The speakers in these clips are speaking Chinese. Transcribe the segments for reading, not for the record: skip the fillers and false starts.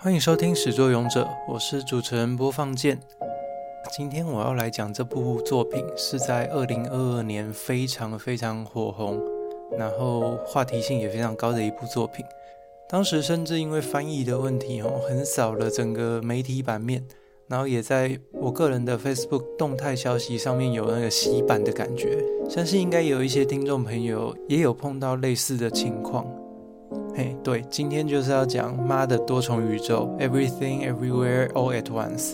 欢迎收听始作俑者，我是主持人播放键。今天我要来讲这部作品是在2022年非常火红，然后话题性也非常高的一部作品。当时甚至因为翻译的问题横扫了整个媒体版面，然后也在我个人的 Facebook 动态消息上面有那个洗版的感觉。相信应该有一些听众朋友也有碰到类似的情况。对，今天就是要讲妈的多重宇宙 Everything Everywhere All at Once。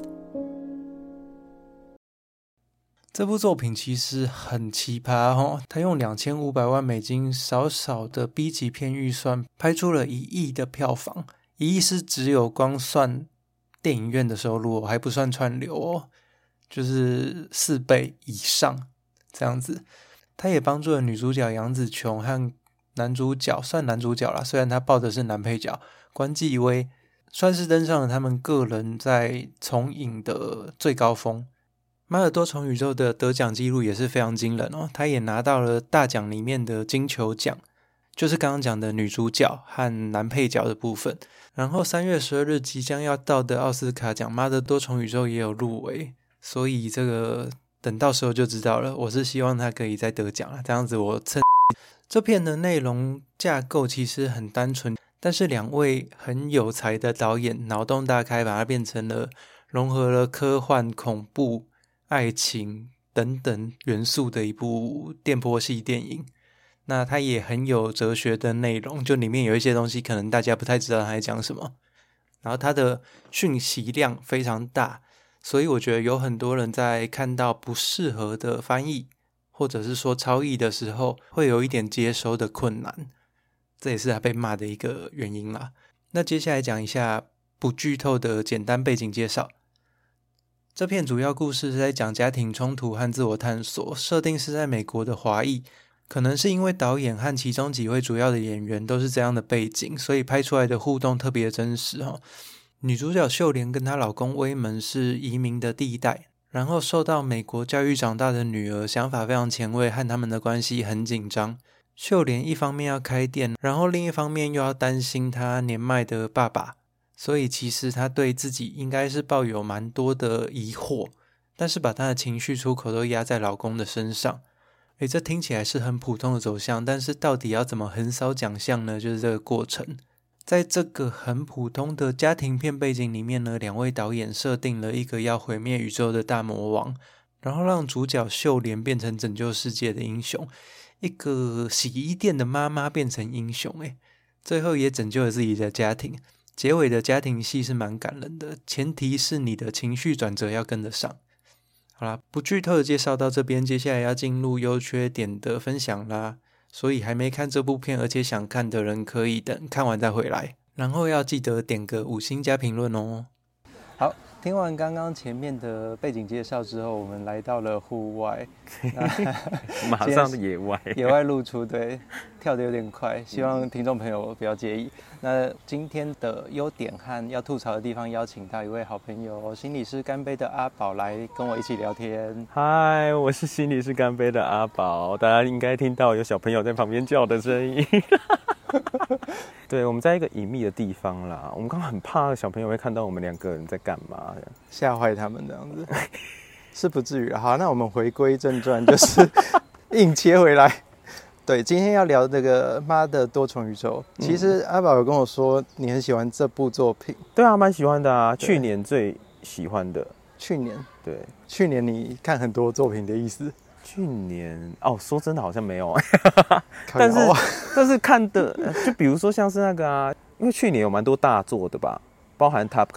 这部作品其实很奇葩它用2500万美金少的 B 级片预算拍出了1亿的票房。1亿是只有光算电影院的收入还不算串流就是4倍以上这样子。他也帮助了女主角杨紫琼和男主角，算男主角啦，虽然他报的是男配角关继威，算是登上了他们个人在从影的最高峰。妈的多重宇宙的得奖记录也是非常惊人他也拿到了大奖里面的金球奖，就是刚刚讲的女主角和男配角的部分。然后3月12日即将要到的奥斯卡奖，妈的多重宇宙也有入围，所以这个等到时候就知道了。我是希望他可以再得奖这样子我趁。这片的内容架构其实很单纯，但是2位很有才的导演脑洞大开，把它变成了融合了科幻、恐怖、爱情等等元素的一部电波系电影。那它也很有哲学的内容，就里面有一些东西可能大家不太知道它在讲什么，然后它的讯息量非常大，所以我觉得有很多人在看到不适合的翻译或者是说超译的时候会有一点接收的困难，这也是他被骂的一个原因啦。那接下来讲一下不剧透的简单背景介绍。这片主要故事是在讲家庭冲突和自我探索，设定是在美国的华裔，可能是因为导演和其中几位主要的演员都是这样的背景，所以拍出来的互动特别真实女主角秀莲跟她老公威门是移民的第一代，然后受到美国教育长大的女儿想法非常前卫，和他们的关系很紧张。秀莲一方面要开店，然后另一方面又要担心她年迈的爸爸，所以其实她对自己应该是抱有蛮多的疑惑，但是把她的情绪出口都压在老公的身上。这听起来是很普通的走向，但是到底要怎么横扫奖项呢？就是这个过程。在这个很普通的家庭片背景里面呢，2位导演设定了一个要毁灭宇宙的大魔王，然后让主角秀莲变成拯救世界的英雄，一个洗衣店的妈妈变成英雄最后也拯救了自己的家庭。结尾的家庭戏是蛮感人的，前提是你的情绪转折要跟得上。好啦，不剧透的介绍到这边，接下来要进入优缺点的分享啦。所以还没看这部片而且想看的人可以等看完再回来，然后要记得点个5星加评论好，听完刚刚前面的背景介绍之后，我们来到了户外马上野外露出，对，跳得有点快，希望听众朋友不要介意。那今天的优点和要吐槽的地方，邀请到一位好朋友心理师干杯的阿宝来跟我一起聊天。 嗨，我是心理师干杯的阿宝，大家应该听到有小朋友在旁边叫的声音对，我们在一个隐秘的地方啦，我们刚刚很怕小朋友会看到我们2个人在干嘛， 吓坏他们这样子是不至于。好，那我们回归正传，就是硬切回来。对，今天要聊这个妈的多重宇宙。其实阿宝有跟我说你很喜欢这部作品。 对啊，蛮喜欢的啊，去年最喜欢的。 去年？ 对， 去年你看很多作品的意思？ 去年说真的好像没有但是看的就比如说像是那个因为去年有蛮多大作的吧，包含 Top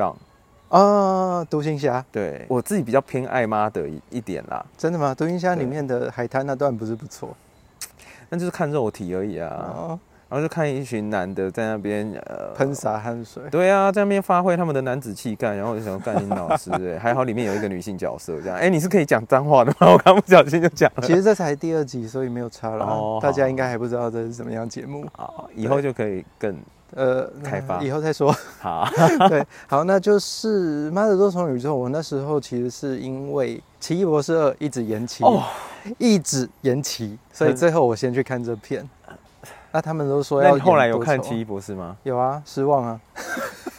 Gun 独行侠。对， 我自己比较偏爱妈的一点啦。 真的吗？独行侠里面的海滩那段不是不错？ 那就是看肉体而已啊。然后就看一群男的在那边喷洒汗水。 对啊，在那边发挥他们的男子气概，然后我就想干你老师还好里面有一个女性角色这样。你是可以讲脏话的吗？我刚不小心就讲了。 其实这才第2集，所以没有差了。大家应该还不知道这是什么样节目。 好，以后就可以更开发， 以后再说。 好对，好，那就是妈的多重宇宙。我那时候其实是因为奇异博士2一直延期，所以最后我先去看这片。那他们都说要演多久。 那你后来有看奇异博士吗？ 有啊，失望啊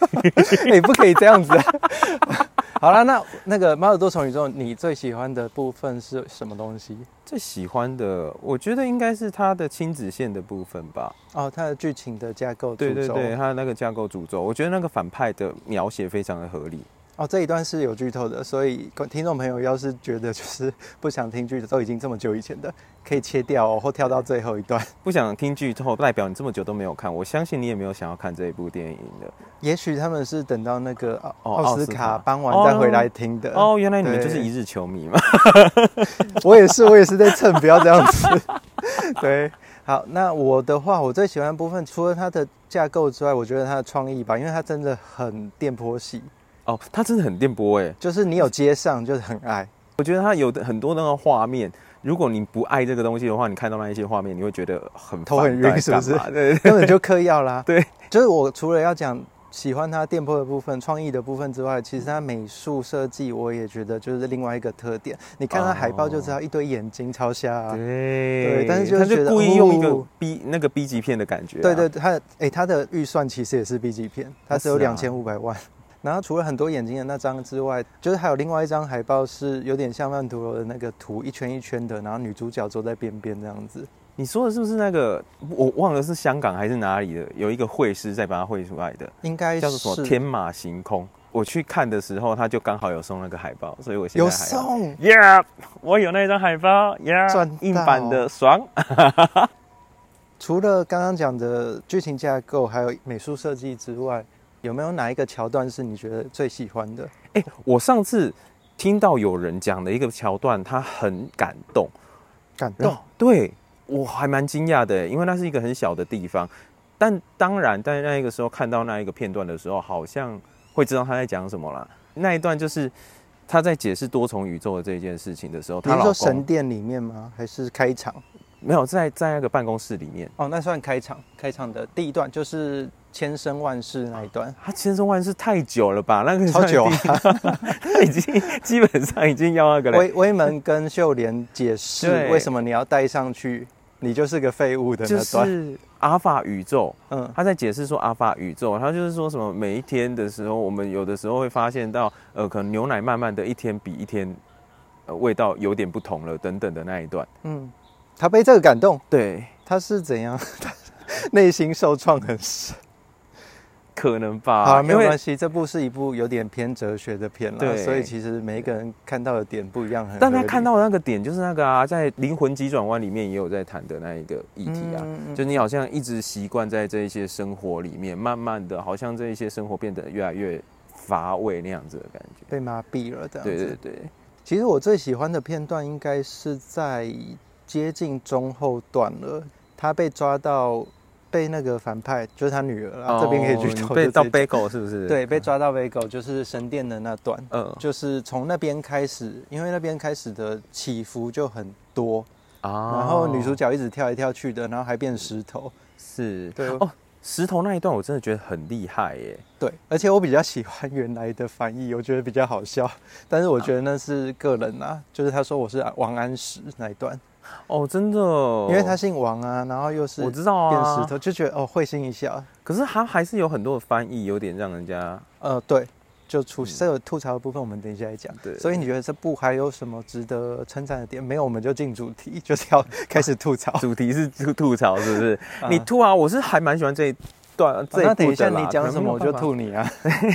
不可以这样子。好了，那个猫的多重宇宙，你最喜欢的部分是什么东西？ 最喜欢的，我觉得应该是它的亲子线的部分吧。 哦，它的剧情的架构， 对对对，它的那个架构诅咒，我觉得那个反派的描写非常的合理。 哦，这一段是有剧透的，所以听众朋友要是觉得就是不想听剧的，都已经这么久以前的，可以切掉或跳到最后一段。 不想听剧透，代表你这么久都没有看，我相信你也没有想要看这一部电影的。 也许他们是等到那个奥斯卡颁完再回来听的。 哦，原来你们就是一日球迷嘛。 我也是在蹭，不要这样子。对，好，那我的话，我最喜欢的部分，除了它的架构之外，我觉得它的创意吧，因为它真的很电波系。 哦，它真的很电波哎， 就是你有接上，就是很爱。 我觉得它有很多那个画面，如果你不爱这个东西的话，你看到那一些画面，你会觉得很头很晕，是不是？ 对， 根本就嗑药啦。 对， 就是我除了要讲喜欢它电波的部分、创意的部分之外，其实它美术设计我也觉得就是另外一个特点。你看它海报就知道一堆眼睛超瞎啊。 对， 但是就是觉得故意用一个 B 级片的感觉。 对，它的预算其实也是 B 级片，它只有2500万。然后除了很多眼睛的那张之外，就是还有另外一张海报是有点像曼陀罗的那个图，一圈一圈的，然后女主角坐在边边这样子。 你说的是不是那个？我忘了是香港还是哪里的，有一个绘师在把它绘出来的， 应该是叫做什么天马行空。我去看的时候，他就刚好有送那个海报，所以我现在有送 ，Yeah， 我有那张海报 ，Yeah， 硬版的，爽。 除了刚刚讲的剧情架构还有美术设计之外，有没有哪一个桥段是你觉得最喜欢的？ 我上次听到有人讲的一个桥段，他很感动，对，我还蛮惊讶的，因为那是一个很小的地方，但当然在那个时候看到那一个片段的时候，好像会知道他在讲什么啦。那一段就是他在解释多重宇宙的这件事情的时候， 你是说神殿里面吗？还是开场？ 没有，在那个办公室里面。 哦，那算开场的第一段就是千生万世那一段。 他千生万世太久了吧？那个超久啊， 他已经基本上已经要那个了。 威门跟秀莲解释为什么你要带上去，你就是个废物的那段。 就是阿法宇宙，他在解释说阿法宇宙，他就是说什么每一天的时候，我们有的时候会发现到，可能牛奶慢慢的一天比一天，味道有点不同了，等等的那一段。 他被这个感动， 对， 他是怎样？内心受创很深， 可能吧。 好，没有关系，这部是一部有点偏哲学的片啦， 对， 所以其实每一个人看到的点不一样， 但他看到的那个点就是那个啊，在《灵魂急转弯》里面也有在谈的那一个议题啊，就你好像一直习惯在这一些生活里面，慢慢的，好像这一些生活变得越来越乏味那样子的感觉， 被麻痹了这样子。 对。 其实我最喜欢的片段应该是在接近中后段了，他被抓到，被那个反派就是他女儿啦，这边可以剧透， 被到 Bagel 是不是？ 对，被抓到 Bagel 就是神殿的那段，就是从那边开始，因为那边开始的起伏就很多然后女主角一直跳来跳去的，然后还变石头， 是， 对石头那一段我真的觉得很厉害耶。 对，而且我比较喜欢原来的翻译，我觉得比较好笑，但是我觉得那是个人啊，就是他说我是王安石那一段。 哦，真的， 因为他姓王啊，然后又是我知道啊， 变石头，就觉得会心一笑。 可是他还是有很多的翻译，有点让人家对，就这个吐槽的部分，我们等一下来讲。对，所以你觉得这部还有什么值得称赞的点？没有，我们就进主题，就是要开始吐槽。 主题是吐槽，是不是？你吐啊，我是还蛮喜欢这一段。 那等一下你讲什么，我就吐你啊。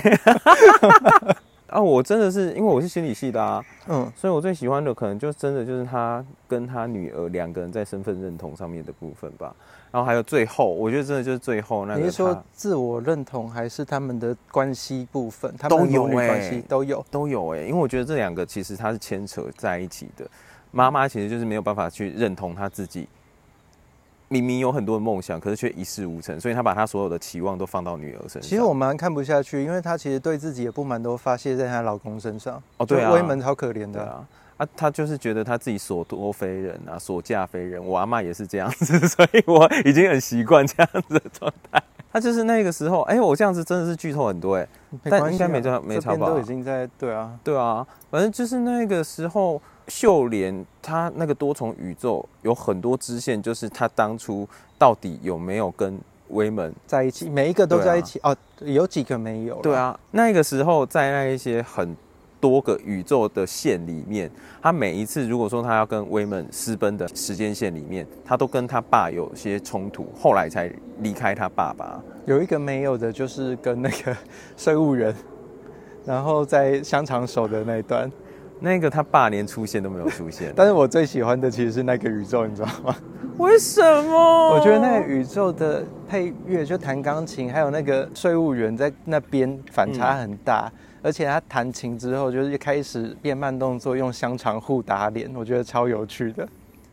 我真的是因为我是心理系的啊，所以我最喜欢的可能就真的就是他跟他女儿两个人在身份认同上面的部分吧。然后还有最后，我觉得真的就是最后那个。 你是说自我认同还是他们的关系部分？他们的母女关系都有因为我觉得这两个其实它是牵扯在一起的。妈妈其实就是没有办法去认同她自己。明明有很多的梦想，可是却一事无成，所以他把他所有的期望都放到女儿身上。 其实我蛮看不下去，因为她其实对自己的不满都发泄在她老公身上。 对啊， 威门超可怜的她就是觉得她自己所托非人啊，所嫁非人。我阿嬷也是这样子，所以我已经很习惯这样子的状态。她就是那个时候，我这样子真的是剧透很多但应该没差吧？ 都已经在对啊，反正就是那个时候。秀莲她那个多重宇宙有很多支线，就是她当初到底有没有跟威门在一起，每一个都在一起、哦，有几个没有了。 对啊，那个时候在那一些很多个宇宙的线里面，他每一次如果说他要跟威门私奔的时间线里面，他都跟他爸有些冲突，后来才离开他爸爸。 有一个没有的，就是跟那个税务员，然后在香肠手的那一段， 那个他爸连出现都没有出现。 但是我最喜欢的其实是那个宇宙，你知道吗？ 为什么？ 我觉得那个宇宙的配乐，就弹钢琴，还有那个税务员在那边反差很大。而且他弹琴之后，就是开始变慢动作，用香肠互打脸，我觉得超有趣的。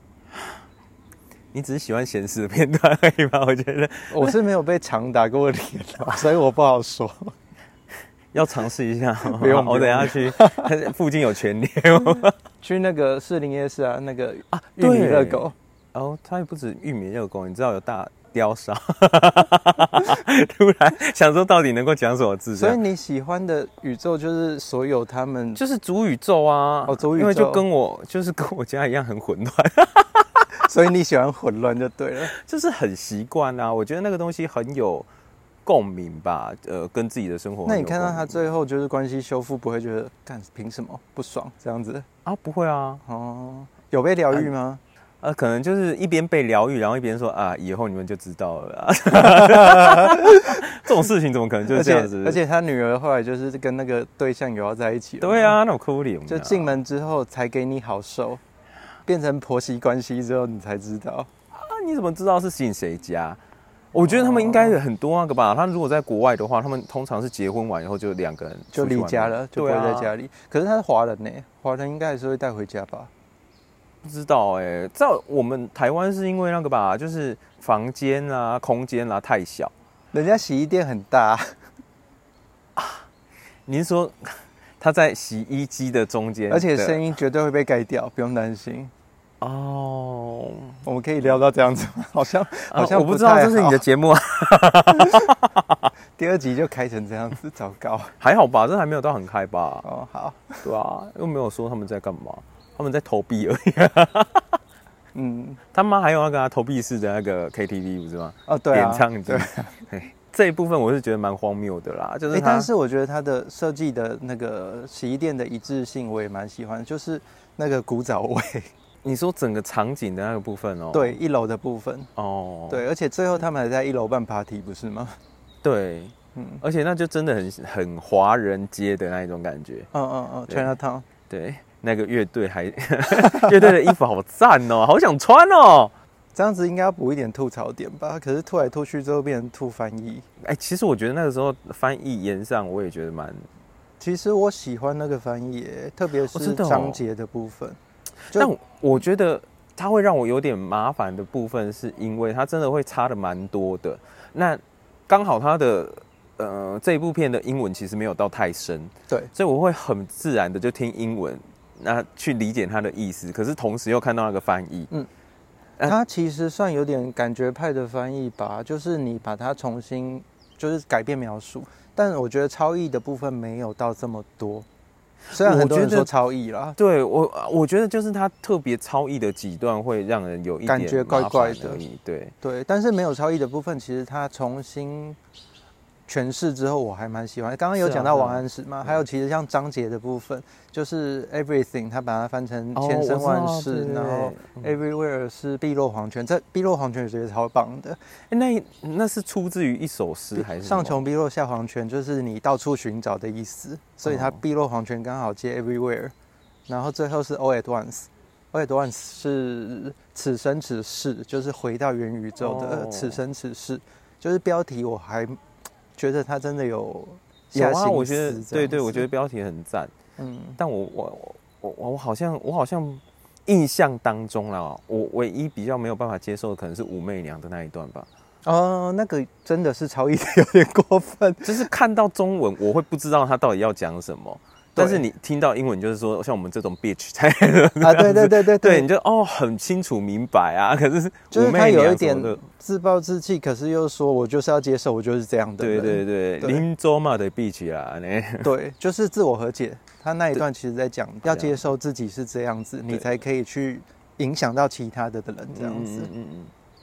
你只是喜欢闲适的片段而已吧？我觉得我是没有被常打过脸的，所以我不好说。 要尝试一下， 不用， 我等一下去附近有全联， 去那个士林夜市啊，那个玉米热狗。 哦，它也不止玉米热狗，你知道有大雕烧，突然想说到底能够讲什么字？ 所以你喜欢的宇宙就是所有他们就是主宇宙啊， 主宇宙， 因为就跟我家一样很混乱， 所以你喜欢混乱就对了， 就是很习惯啊。我觉得那个东西很有共鸣吧，跟自己的生活。 那你看到他最后就是关系修复，不会觉得干凭什么不爽这样子啊？不会啊， 哦，有被疗愈吗？ 可能就是一边被疗愈，然后一边说啊，以后你们就知道了啦。这种事情怎么可能就是这样子？ 而且他女儿后来就是跟那个对象有要在一起了。 对啊，那种哭脸。 就进门之后才给你好受，变成婆媳关系之后你才知道啊？你怎么知道是进谁家？我觉得他们应该有很多那个吧。他如果在国外的话，他们通常是结婚完以后就两个人就离家了，就不会在家里。可是他是华人呢，华人应该还是会带回家吧？ 不知道哎，在我们台湾是因为那个吧，就是房间啊、空间啊太小， 人家洗衣店很大啊。你是说他在洗衣机的中间， 而且声音绝对会被盖掉，不用担心。 哦， 我们可以聊到这样子吗？好像我不知道这是你的节目啊。 第2集就开成这样子，糟糕。 还好吧，这还没有到很开吧？ 哦，好， 对啊，又没有说他们在干嘛。他们在投币而已。他妈还有那个投币式的那个 KTV 不是吗？ 哦，对啊， 点唱机。这一部分我是觉得蛮荒谬的啦，就是但是我觉得它的设计的那个洗衣店的一致性我也蛮喜欢，就是那个古早味。 你说整个场景的那个部分哦？ 对，1楼的部分哦， 对，而且最后他们还在1楼办 party 不是吗？ 对，而且那就真的很华人街的那一种感觉。 Chinatown。 对。那个乐队乐队的衣服好赞哦，好想穿哦。 这样子应该要补一点吐槽点吧？可是吐来吐去之后变成吐翻译。 其实我觉得那个时候翻译言上，我也觉得蛮。 其实我喜欢那个翻译耶，特别是章节的部分。 但我觉得它会让我有点麻烦的部分，是因为它真的会差的蛮多的。那刚好它的这一部片的英文其实没有到太深， 对， 所以我会很自然的就听英文。那去理解他的意思，可是同时又看到那个翻译， 他其实算有点感觉派的翻译吧，就是你把它重新就是改变描述，但我觉得超译的部分没有到这么多，虽然很多人说超译啦， 对我觉得就是他特别超译的几段会让人有一点感觉怪怪的， 对， 但是没有超译的部分，其实他重新诠释之后我还蛮喜欢。刚刚有讲到王安石嘛，还有其实像章节的部分，就是 everything 他把它翻成千声万世，然后 everywhere 是碧落黄泉，这碧落黄泉我觉得超棒的。 那是出自于一首诗还是上穷碧落下黄泉，就是你到处寻找的意思，所以它碧落黄泉刚好接 everywhere， 然后最后是 all at once。All at once 是此生此世，就是回到元宇宙的此生此世，就是标题我还觉得他真的有下心思， 我觉得对，我觉得标题很赞。但我好像印象当中啦，我唯一比较没有办法接受的可能是武媚娘的那一段吧。 那个真的是超译的有点过分， 就是看到中文我会不知道他到底要讲什么。但是你听到英文，就是说像我们这种 bitch 才对，你就很清楚明白啊。可是就是他有一点自暴自弃，可是又说我就是要接受，我就是这样的人。 对，林州嘛的 bitch 啦， 对，就是自我和解。他那一段其实在讲要接受自己是这样子，你才可以去影响到其他的人这样子。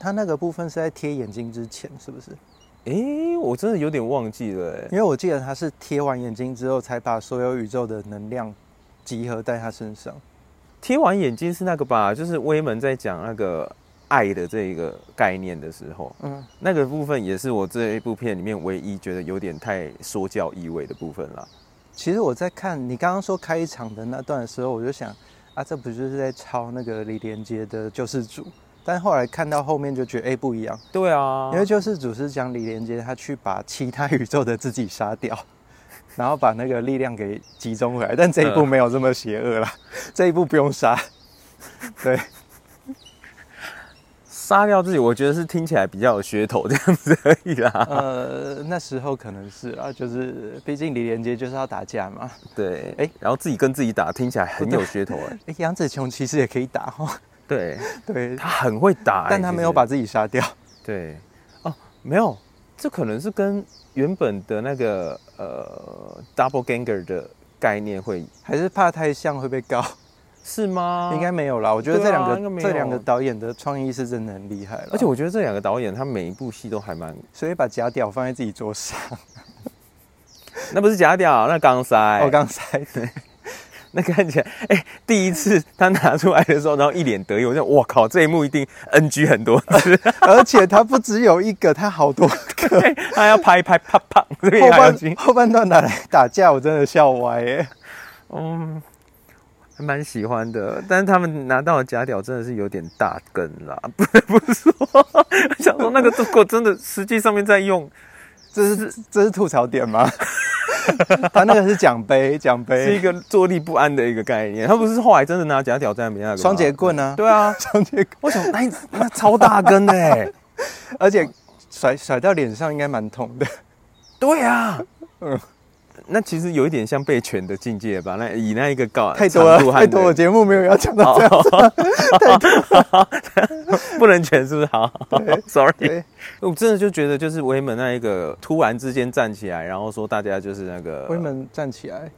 他那个部分是在贴眼睛之前，是不是？ 我真的有点忘记了因为我记得他是贴完眼睛之后，才把所有宇宙的能量集合在他身上。 贴完眼睛是那个吧？就是威门在讲那个爱的这个概念的时候，那个部分也是我这一部片里面唯一觉得有点太说教意味的部分啦。 其实我在看你刚刚说开场的那段的时候，我就想啊，这不就是在抄那个李连杰的救世主？但后来看到后面就觉得不一样。 对啊， 因为救世主是讲李连杰他去把其他宇宙的自己杀掉，然后把那个力量给集中回来。但这一部没有这么邪恶啦，这一部不用杀。对， 杀掉自己，我觉得是听起来比较有噱头这样子而已啦。 那时候可能是啦，就是毕竟李连杰就是要打架嘛。 对，然后自己跟自己打，听起来很有噱头杨紫琼其实也可以打齁。 对对， 他很会打但他没有把自己杀掉。 对，没有，这可能是跟原本的那个double ganger 的概念会， 还是怕太像会被告。 是吗？ 应该没有啦，我觉得这两个导演的创意是真的很厉害了。 而且我觉得这两个导演他每一部戏都还蛮， 所以把假屌放在自己桌上， 那不是假屌，那钢塞。 钢塞，对。 那看起来，第一次他拿出来的时候，然后一脸得意，我就哇靠，这一幕一定 NG 很多次， 而且他不只有一个，他好多个， 他要拍拍啪啪， 后半段拿来打架，我真的笑歪耶。 还蛮喜欢的，但是他们拿到的假屌真的是有点大根啦，不得不说，想说那个如果真的实际上面在用， 这是吐槽点吗？他那个是奖杯， 是一个坐立不安的一个概念。他不是后来真的拿假屌在那边那个双节棍啊？ 对啊， 双节棍。 我想，那超大根的哎， 而且甩到脸上应该蛮痛的。 对啊，那其实有一点像被拳的境界吧？那以那一个太多了，太多了，节目没有要讲到这样子，太多不能拳是不是？好 ，sorry。我真的就觉得，就是威门那一个突然之间站起来，然后说大家就是那个威门站起来，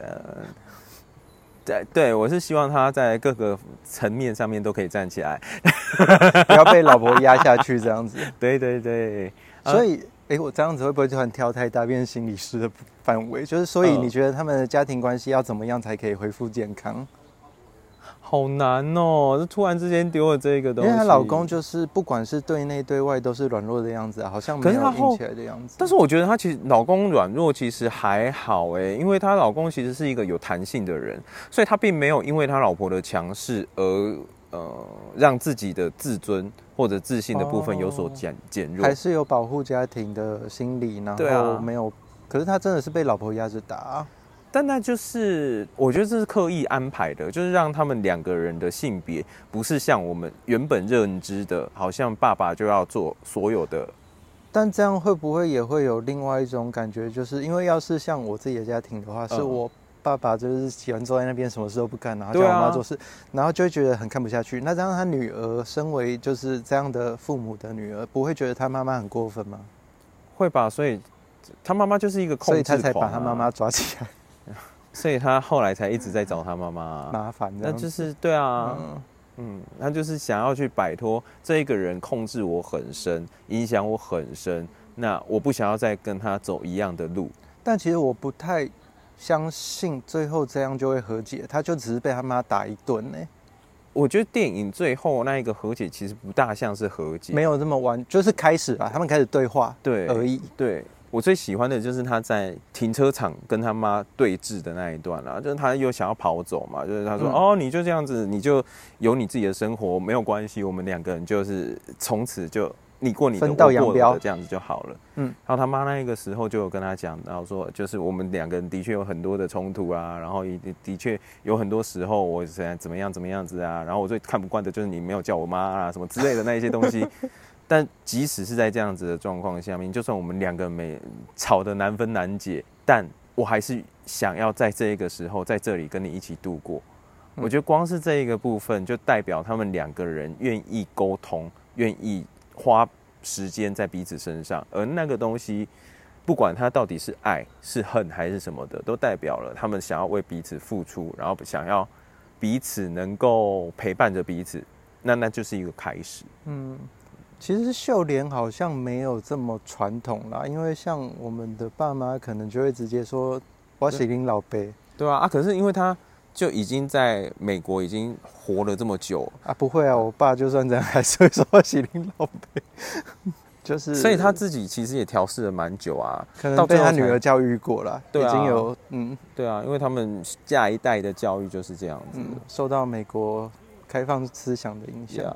对，我是希望他在各个层面上面都可以站起来， 不要被老婆压下去这样子。 对， 所以。我这样子会不会突然跳太大，变成心理师的范围？就是所以你觉得他们的家庭关系要怎么样才可以恢复健康？ 好难哦！这突然之间丢了这个东西， 因为她老公就是不管是对内对外都是软弱的样子好像没有硬起来的样子。 但是我觉得她其实老公软弱其实还好因为她老公其实是一个有弹性的人，所以他并没有因为他老婆的强势而让自己的自尊或者自信的部分有所减弱， 还是有保护家庭的心理，然后没有。可是他真的是被老婆压着打但那就是我觉得这是刻意安排的，就是让他们两个人的性别不是像我们原本认知的，好像爸爸就要做所有的。 但这样会不会也会有另外一种感觉，就是因为要是像我自己的家庭的话，是我爸爸就是喜欢坐在那边什么事都不干，然后叫我妈做事，然后就会觉得很看不下去。那这样他女儿身为就是这样的父母的女儿，不会觉得他妈妈很过分吗？ 会吧，所以他妈妈就是一个控制狂， 所以他才把他妈妈抓起来， 所以他后来才一直在找他妈妈麻烦。 那就是对啊，他就是想要去摆脱这一个人控制我很深，影响我很深，那我不想要再跟他走一样的路。 但其实我不太相信最后这样就会和解，他就只是被他妈打一顿我觉得电影最后那一个和解其实不大像是和解， 没有这么完，就是开始了，他们开始对话而已。 对，我最喜欢的就是他在停车场跟他妈对峙的那一段啦，就是他又想要跑走嘛，就是他说你就这样子，你就有你自己的生活，没有关系，我们两个人就是从此就你过你的， 分道扬镳， 这样子就好了。然后他妈那个时候就有跟他讲，然后说就是我们两个人的确有很多的冲突啊，然后的确有很多时候我怎么样子啊，然后我最看不惯的就是你没有叫我妈啊什么之类的那一些东西。但即使是在这样子的状况下面，就算我们两个人吵得难分难解，但我还是想要在这个时候在这里跟你一起度过。我觉得光是这一个部分就代表他们两个人愿意沟通，愿意花时间在彼此身上，而那个东西不管它到底是爱是恨还是什么的，都代表了他们想要为彼此付出，然后想要彼此能够陪伴着彼此，那就是一个开始。 其实秀莲好像没有这么传统啦，因为像我们的爸妈可能就会直接说我是恁老爸， 对啊，可是因为他就已经在美国已经活了这么久啊，不会啊，我爸就算这样还是会说我是恁老爸，就是所以他自己其实也调试了蛮久啊， 可能被他女儿教育过了， 对啊， 已经有对啊，因为他们下一代的教育就是这样子， 受到美国开放思想的影响，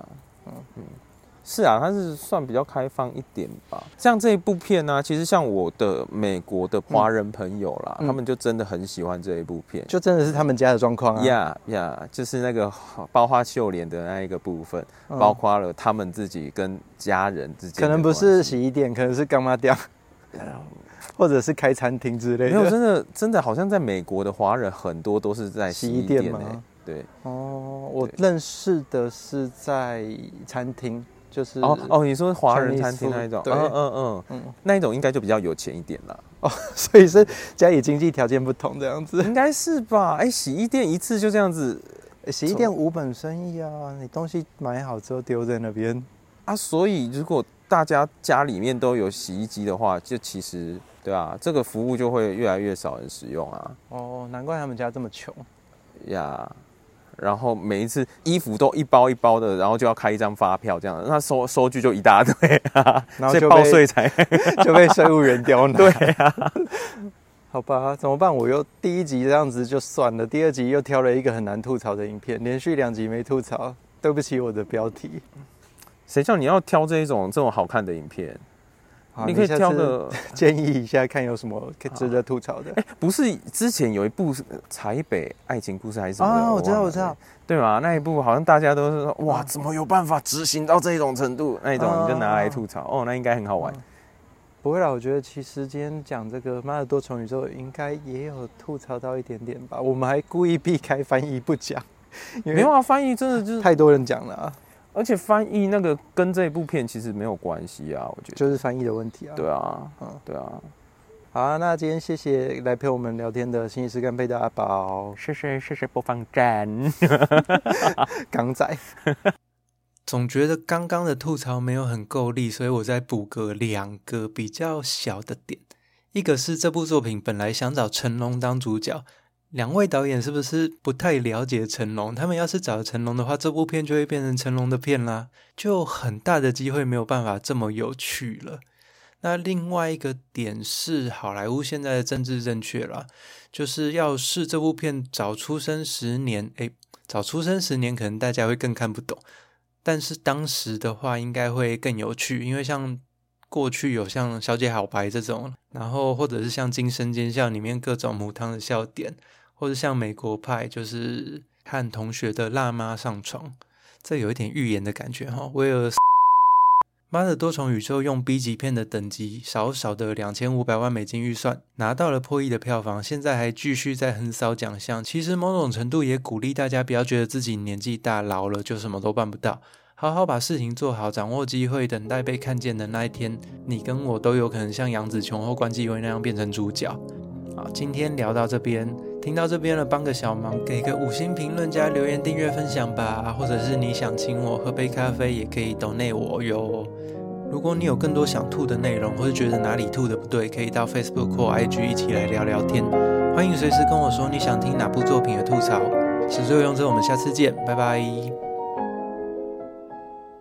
是啊，它是算比较开放一点吧。像这一部片呢、其实像我的美国的华人朋友啦，他们就真的很喜欢这一部片， 就真的是他们家的状况啊。 就是那个包括秀莲的那一个部分，包括了他们自己跟家人之间， 可能不是洗衣店，可能是干妈店，或者是开餐厅之类的。 没有，真的好像在美国的华人很多都是在洗衣店吗？对。 哦，我认识的是在餐厅。就是你说华人餐厅那一种，那一种应该就比较有钱一点啦。 所以是家里经济条件不同这样子， 应该是吧？洗衣店一次就这样子， 洗衣店无本生意啊，你东西买好之后丢在那边啊，所以如果大家家里面都有洗衣机的话，就其实对啊，这个服务就会越来越少人使用啊。 难怪他们家这么穷呀。然后每一次衣服都一包一包的，然后就要开一张发票这样，那收据就一大堆啊，然后就报税才就被税务员刁难。 对啊， 好吧，怎么办？我又第一集这样子就算了，第二集又挑了一个很难吐槽的影片，连续2集没吐槽，对不起我的标题。 谁叫你要挑这种好看的影片？你可以挑个建议一下，看有什么值得吐槽的。 不是之前有一部台北爱情故事还是什么？ 我知道， 对吧？那一部好像大家都是说，哇，怎么有办法执行到这种程度？那一种你就拿来吐槽，那应该很好玩。 不会啦，我觉得其实今天讲这个《妈的多重宇宙》，应该也有吐槽到一点点吧。我们还故意避开翻译不讲， 没有啊，翻译真的就是太多人讲了啊。 而且翻译那个跟这部片其实没有关系啊，我觉得就是翻译的问题啊。 对啊，对啊。 好啊，那今天谢谢来陪我们聊天的心理师干杯的阿宝， 谢谢播放站， 港仔。总觉得刚刚的吐槽没有很够力，所以我再补个2个比较小的点。一个是这部作品本来想找成龙当主角。2位导演是不是不太了解成龙？他们要是找成龙的话，这部片就会变成成龙的片啦，就很大的机会没有办法这么有趣了。那另外一个点是好莱坞现在的政治正确啦，就是要是这部片早出生10年，早出生10年可能大家会更看不懂，但是当时的话应该会更有趣，因为像过去有像小姐好白这种，然后或者是像惊声尖笑里面各种母汤的笑点，或者像美国派就是和同学的辣妈上床，这有一点预言的感觉齁。威尔妈的多重宇宙用 B 级片的等级少的2500万美金预算拿到了破亿的票房，现在还继续在横扫奖项，其实某种程度也鼓励大家不要觉得自己年纪大老了就什么都办不到，好好把事情做好，掌握机会，等待被看见的那一天，你跟我都有可能像杨紫琼或关继威那样变成主角。好，今天聊到这边，听到这边了帮个小忙，给个5星评论加留言订阅分享吧，或者是你想请我喝杯咖啡也可以donate我哟。如果你有更多想吐的内容，或是觉得哪里吐的不对，可以到 Facebook 或 IG 一起来聊聊天，欢迎随时跟我说你想听哪部作品的吐槽。始作俑者，我们下次见，拜拜。